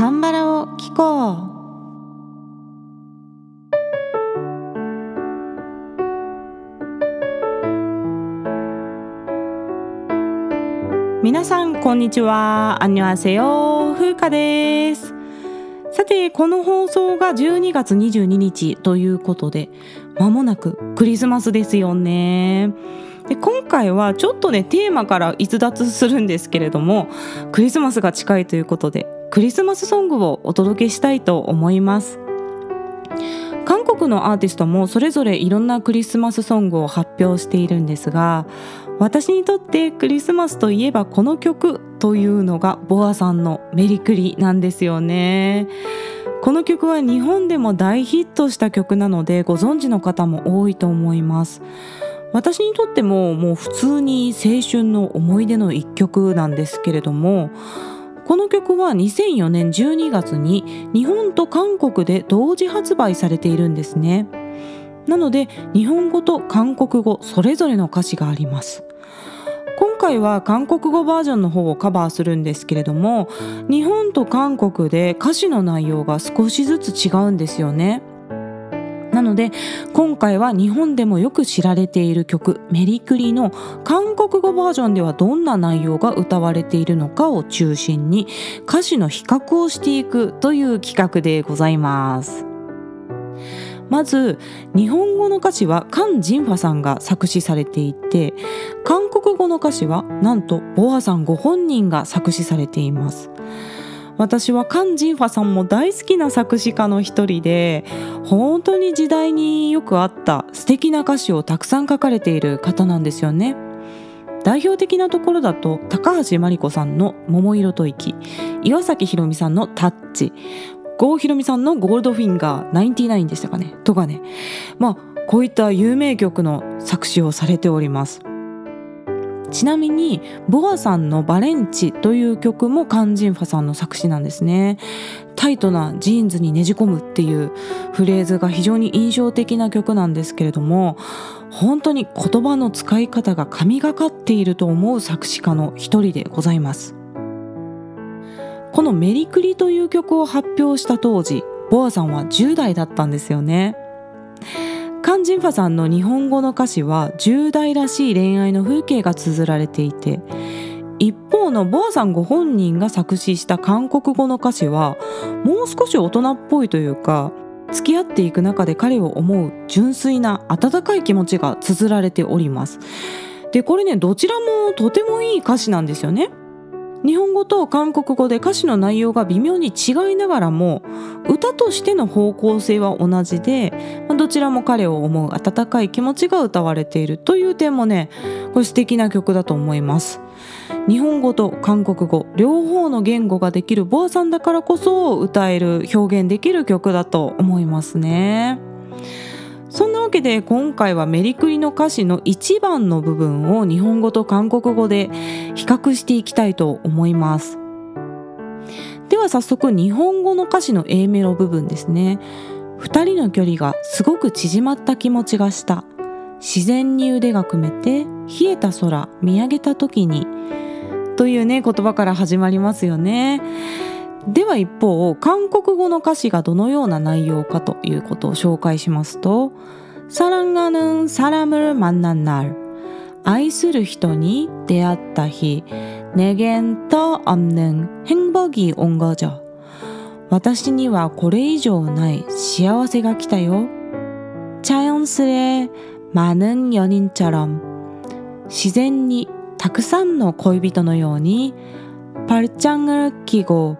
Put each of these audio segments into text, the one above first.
カンバラを聞こう。皆さんこんにちは。안녕하세요。風花です。さて、この放送が12月22日ということで、間もなくクリスマスですよね。で、今回はちょっとね、テーマから逸脱するんですけれども、クリスマスが近いということで、クリスマスソングをお届けしたいと思います。韓国のアーティストもそれぞれいろんなクリスマスソングを発表しているんですが、私にとってクリスマスといえばこの曲というのがボアさんのメリクリなんですよね。この曲は日本でも大ヒットした曲なのでご存知の方も多いと思います。私にとってももう普通に青春の思い出の一曲なんですけれども、この曲は2004年12月に日本と韓国で同時発売されているんですね。なので日本語と韓国語それぞれの歌詞があります。今回は韓国語バージョンの方をカバーするんですけれども、日本と韓国で歌詞の内容が少しずつ違うんですよね。なので今回は日本でもよく知られている曲メリクリの韓国語バージョンではどんな内容が歌われているのかを中心に歌詞の比較をしていくという企画でございます。まず日本語の歌詞はカン・ジンファさんが作詞されていて、韓国語の歌詞はなんとボアさんご本人が作詞されています。私はカン・ジンファさんも大好きな作詞家の一人で、本当に時代によくあった素敵な歌詞をたくさん書かれている方なんですよね。代表的なところだと高橋真梨子さんの桃色吐息、岩崎宏美さんのタッチ、郷ひろみさんのゴールドフィンガー99でしたかねとかね、こういった有名曲の作詞をされております。ちなみにボアさんのバレンチという曲もカン・ジンファさんの作詞なんですね。タイトなジーンズにねじ込むっていうフレーズが非常に印象的な曲なんですけれども、本当に言葉の使い方が神がかっていると思う作詞家の一人でございます。このメリクリという曲を発表した当時、ボアさんは10代だったんですよね。カン・ジンファさんの日本語の歌詞は10代らしい恋愛の風景が綴られていて、一方のボアさんご本人が作詞した韓国語の歌詞はもう少し大人っぽいというか、付き合っていく中で彼を思う純粋な温かい気持ちが綴られております。で、これね、どちらもとてもいい歌詞なんですよね。日本語と韓国語で歌詞の内容が微妙に違いながらも歌としての方向性は同じで、どちらも彼を思う温かい気持ちが歌われているという点もね、これ素敵な曲だと思います。日本語と韓国語両方の言語ができるボアさんだからこそ歌える、表現できる曲だと思いますね。そんなわけで今回はメリクリの歌詞の1番の部分を日本語と韓国語で比較していきたいと思います。では早速日本語の歌詞の A メロ部分ですね。二人の距離がすごく縮まった気持ちがした。自然に腕が組めて冷えた空見上げた時に、というね言葉から始まりますよね。では一方、韓国語の歌詞がどのような内容かということを紹介しますと、사랑하는 사람을 만난 날、愛する人に出会った日、내겐 더 없는 행복이 온 거죠。私にはこれ以上ない幸せが来たよ。자연스레 많은 연인처럼、自然にたくさんの恋人のように、발장을 끼고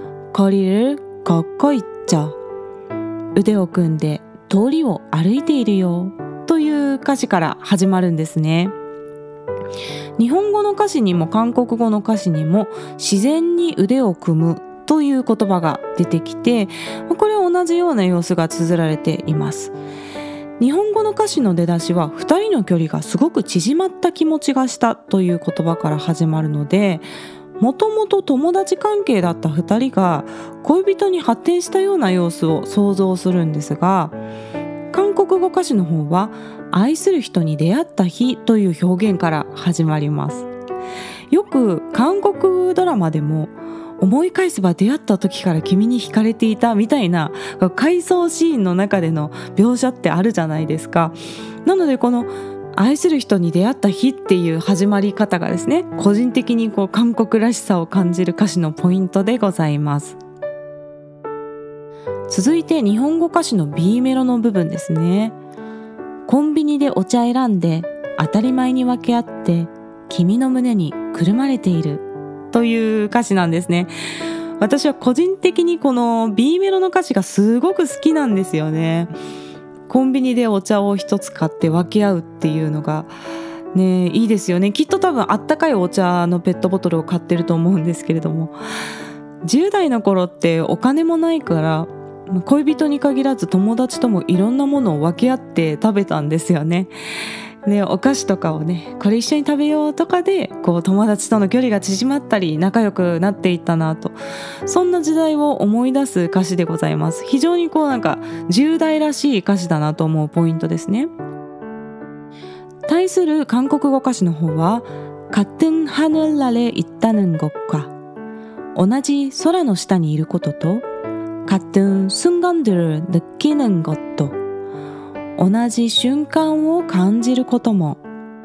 거리를 걷고 있죠。腕を組んで通りを歩いているよという歌詞から始まるんですね。日本語の歌詞にも韓国語の歌詞にも自然に腕を組むという言葉が出てきて、これは同じような様子が綴られています。日本語の歌詞の出だしは2人の距離がすごく縮まった気持ちがしたという言葉から始まるので、もともと友達関係だった2人が恋人に発展したような様子を想像するんですが、韓国語歌詞の方は愛する人に出会った日という表現から始まります。よく韓国ドラマでも思い返せば出会った時から君に惹かれていたみたいな回想シーンの中での描写ってあるじゃないですか。なのでこの愛する人に出会った日っていう始まり方がですね、個人的に韓国らしさを感じる歌詞のポイントでございます。続いて日本語歌詞の B メロの部分ですね。コンビニでお茶選んで当たり前に分け合って君の胸にくるまれているという歌詞なんですね。私は個人的にこの B メロの歌詞がすごく好きなんですよね。コンビニでお茶を一つ買って分け合うっていうのがね、いいですよね。きっと多分あったかいお茶のペットボトルを買ってると思うんですけれども、10代の頃ってお金もないから恋人に限らず友達ともいろんなものを分け合って食べたんですよね。で、お菓子とかをね、これ一緒に食べようとかで友達との距離が縮まったり仲良くなっていったなと、そんな時代を思い出す歌詞でございます。非常に10代らしい歌詞だなと思うポイントですね。対する韓国語歌詞の方は같은 하늘 아래 있다는 것과同じ空の下にいることと같은 순간들을 느끼는 것도同じ瞬間を感じることも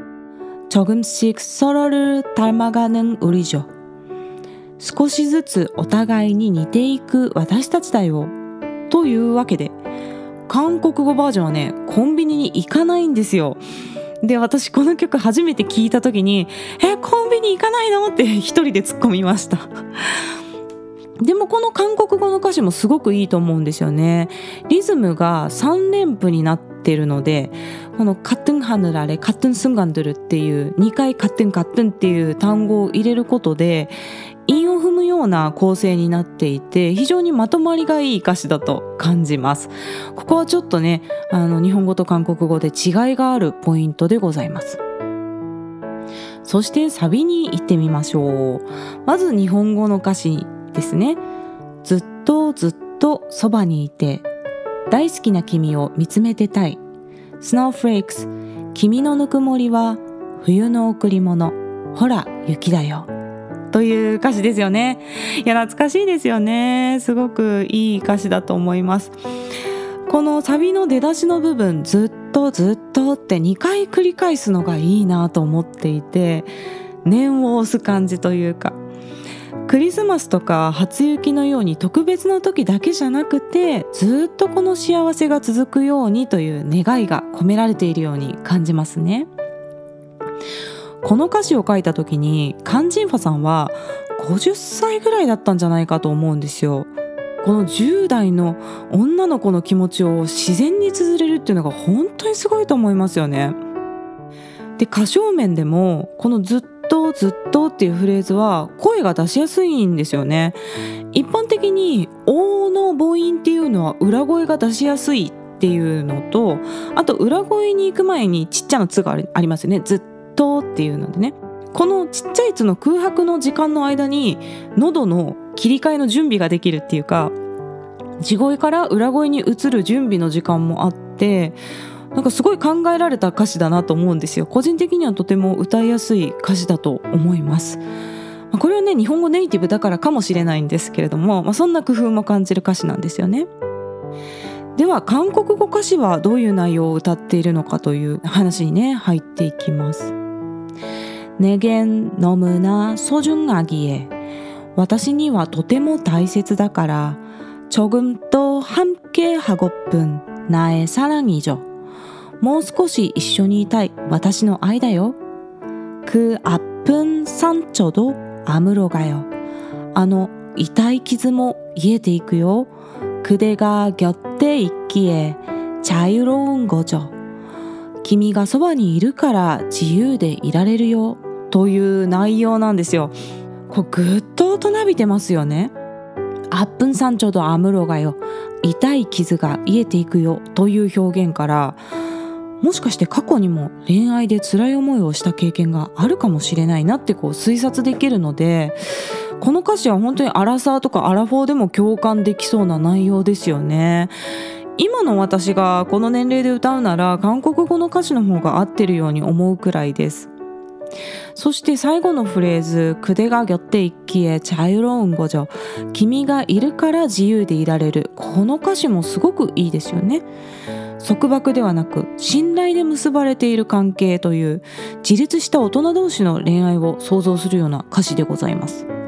조금씩 서로를 닮아가는 우리죠。少しずつお互いに似ていく私たちだよというわけで、韓国語バージョンはね、コンビニに行かないんですよ。で、私この曲初めて聞いた時にコンビニ行かないのって一人で突っ込みました。でもこの韓国語の歌詞もすごくいいと思うんですよね。リズムが3連符になってるので、この같은 하늘 아래 같은 순간들っていう2回같은っていう単語を入れることで韻を踏むような構成になっていて、非常にまとまりがいい歌詞だと感じます。ここはちょっとね、日本語と韓国語で違いがあるポイントでございます。そしてサビに行ってみましょう。まず日本語の歌詞ですね。ずっとずっとそばにいて大好きな君を見つめてたい。スノーフレークス、君のぬくもりは冬の贈り物、ほら雪だよという歌詞ですよね。いや、懐かしいですよね。すごくいい歌詞だと思います。このサビの出だしの部分、ずっとずっとって2回繰り返すのがいいなと思っていて、念を押す感じというか、クリスマスとか初雪のように特別な時だけじゃなくて、ずっとこの幸せが続くようにという願いが込められているように感じますね。この歌詞を書いた時にカン・ジンファさんは50歳ぐらいだったんじゃないかと思うんですよ。この10代の女の子の気持ちを自然に綴れるっていうのが本当にすごいと思いますよね。で、歌唱面でもこのずっとずっとっていうフレーズは声が出しやすいんですよね。一般的におの母音っていうのは裏声が出しやすいっていうのと、あと裏声に行く前にちっちゃなつがありますよね。ずっとっていうのでね、このちっちゃいつの空白の時間の間に喉の切り替えの準備ができるっていうか、地声から裏声に移る準備の時間もあって、なんかすごい考えられた歌詞だなと思うんですよ。個人的にはとても歌いやすい歌詞だと思います。これはね、日本語ネイティブだからかもしれないんですけれども、そんな工夫も感じる歌詞なんですよね。では韓国語歌詞はどういう内容を歌っているのかという話にね、入っていきます。내겐 너무나 소중하기에私にはとても大切だから조금 더 함께 하고픈 나의 사랑이죠。もう少し一緒にいたい私の愛だよ。그 아픈 상처도 아물어가요。あの痛い傷も癒えていくよ。그대가 곁에 있기에 자유로운 거죠。君がそばにいるから自由でいられるよという内容なんですよ。こうぐっと大人びてますよね。아픈 상처도 아물어가요。痛い傷が癒えていくよという表現から、もしかして過去にも恋愛で辛い思いをした経験があるかもしれないなって推察できるので、この歌詞は本当にアラサーとかアラフォーでも共感できそうな内容ですよね。今の私がこの年齢で歌うなら韓国語の歌詞の方が合ってるように思うくらいです。 そして最後のフレーズ그대가 곁에 있기에 자유로운 거죠。 君がいるから自由でいられる。この歌詞もすごくいいですよね。束縛ではなく信頼で結ばれている関係という自立した大人同士の恋愛を想像するような歌詞でございます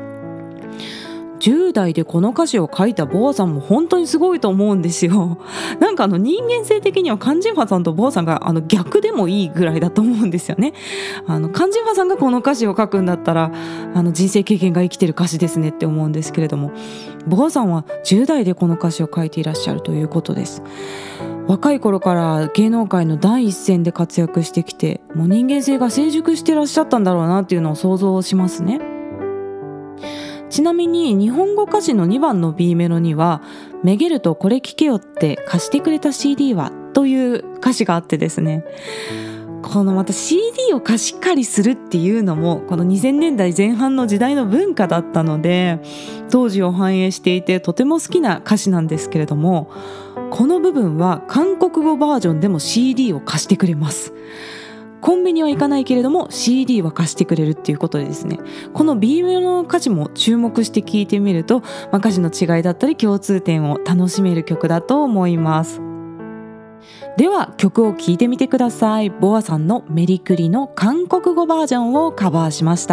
。10代でこの歌詞を書いたボアさんも本当にすごいと思うんですよ。なんか人間性的にはカンジンファさんとボアさんが逆でもいいぐらいだと思うんですよね。カンジンファさんがこの歌詞を書くんだったら人生経験が生きてる歌詞ですねって思うんですけれども、ボアさんは10代でこの歌詞を書いていらっしゃるということです。若い頃から芸能界の第一線で活躍してきて、もう人間性が成熟してらっしゃったんだろうなっていうのを想像しますね。ちなみに日本語歌詞の2番の B メロにはめげるとこれ聞けよって貸してくれた CD はという歌詞があってですね、このまた CD を貸し借りするっていうのもこの2000年代前半の時代の文化だったので当時を反映していてとても好きな歌詞なんですけれども、この部分は韓国語バージョンでも CD を貸してくれます。コンビニは行かないけれども CD は貸してくれるっていうことでですね、この B メロの歌詞も注目して聴いてみると、歌詞の違いだったり共通点を楽しめる曲だと思います。では曲を聴いてみてください。ボアさんのメリクリの韓国語バージョンをカバーしました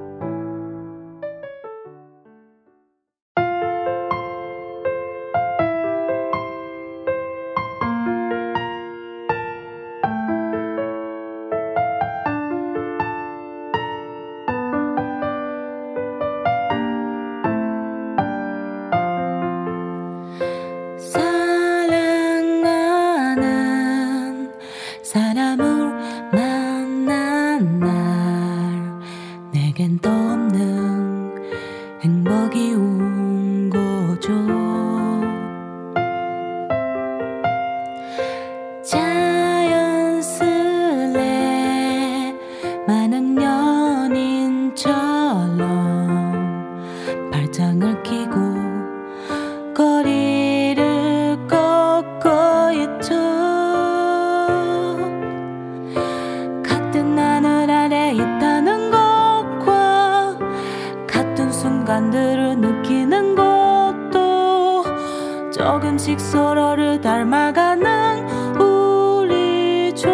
。조금씩 서로를 닮아가는 우리죠.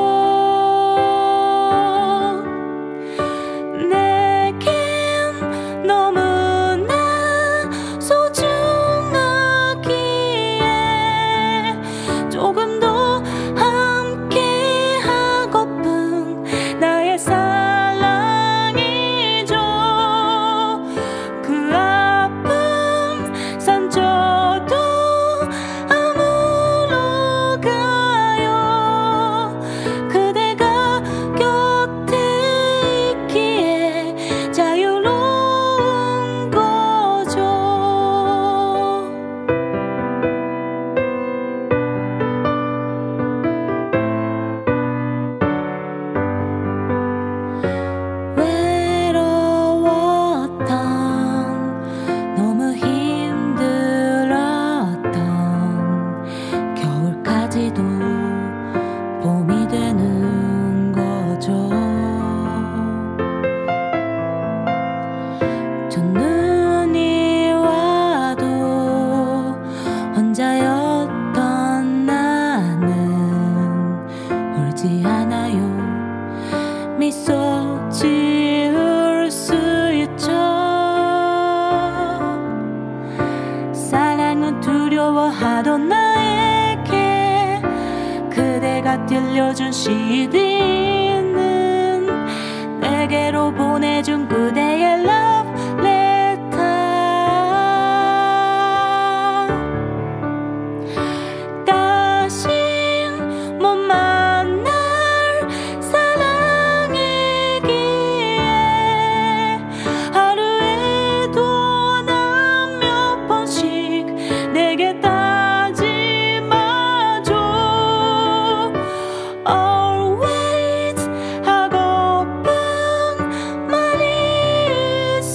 내겐 너무나 소중하기에 조금 더 함께 하고픈 나의 사랑이죠. 그 아픔 상처도 봄이 되는 거죠. 첫눈이 와도 혼자였던 나는 울지 않아요. 미소 지을 수 있죠. 사랑은 두려워하던 나에게 그대가 들려준 CD는 내게로 보내준 그대의 love letter. 다신 못 만날 사랑이기에 하루에도 난 몇 번씩 내게 다짐하죠. Always 하고픈 말이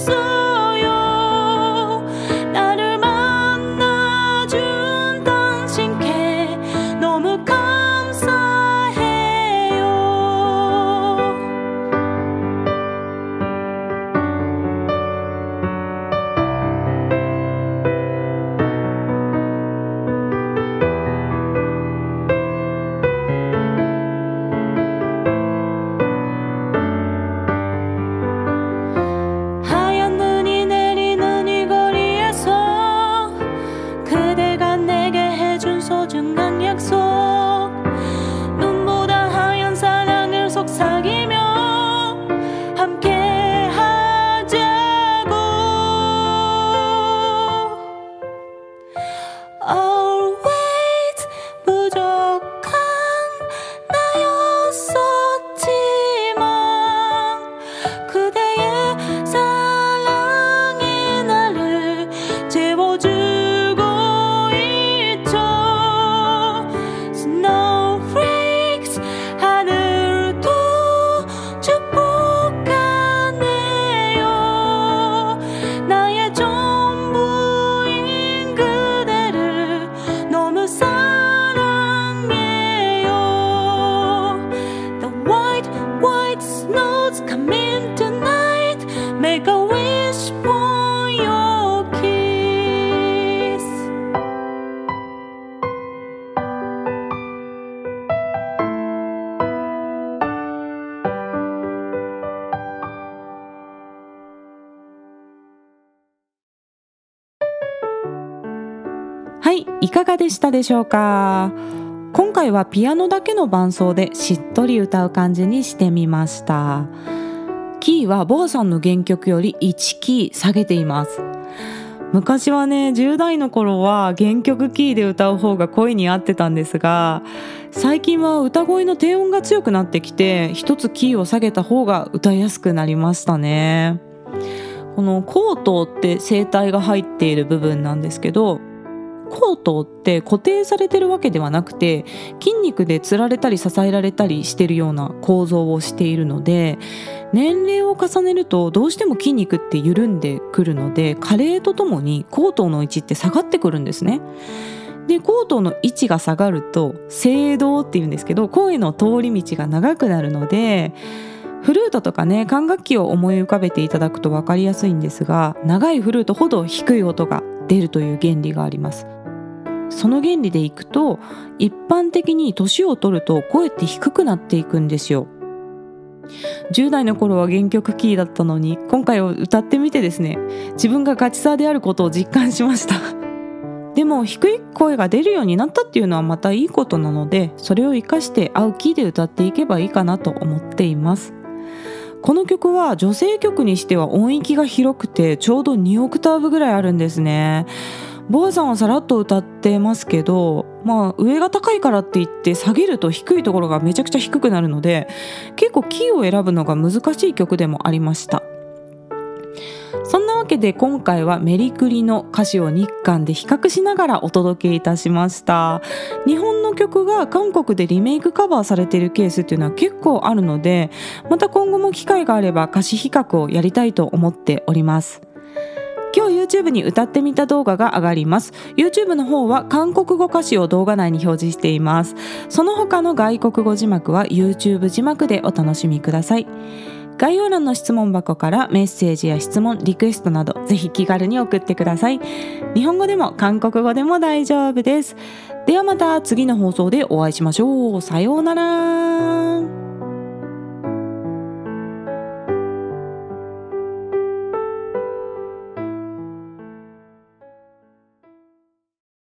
いかがでしたでしょうか。今回はピアノだけの伴奏でしっとり歌う感じにしてみました。キーはボアさんの原曲より1キー下げています。昔はね、10代の頃は原曲キーで歌う方が声に合ってたんですが、最近は歌声の低音が強くなってきて、一つキーを下げた方が歌いやすくなりましたね。この後頭って声帯が入っている部分なんですけど、後頭って固定されてるわけではなくて、筋肉でつられたり支えられたりしてるような構造をしているので、年齢を重ねるとどうしても筋肉って緩んでくるので、加齢とともに後頭の位置って下がってくるんですね。で、後頭の位置が下がると声道っていうんですけど、声の通り道が長くなるので、フルートとかね、管楽器を思い浮かべていただくと分かりやすいんですが、長いフルートほど低い音が出るという原理があります。その原理でいくと、一般的に年を取ると声って低くなっていくんですよ。10代の頃は原曲キーだったのに、今回を歌ってみてですね、自分がガチサーであることを実感しました。でも低い声が出るようになったっていうのはまたいいことなので、それを生かして合うキーで歌っていけばいいかなと思っています。この曲は女性曲にしては音域が広くて、ちょうど2オクターブぐらいあるんですね。ボアさんはさらっと歌ってますけど、上が高いからって言って下げると低いところがめちゃくちゃ低くなるので、結構キーを選ぶのが難しい曲でもありました。そんなわけで今回はメリクリの歌詞を日韓で比較しながらお届けいたしました。日本の曲が韓国でリメイクカバーされているケースっていうのは結構あるので、また今後も機会があれば歌詞比較をやりたいと思っております。今日 YouTube に歌ってみた動画が上がります。 YouTube の方は韓国語歌詞を動画内に表示しています。その他の外国語字幕は YouTube 字幕でお楽しみください。概要欄の質問箱からメッセージや質問、リクエストなどぜひ気軽に送ってください。日本語でも韓国語でも大丈夫です。ではまた次の放送でお会いしましょう。さようなら。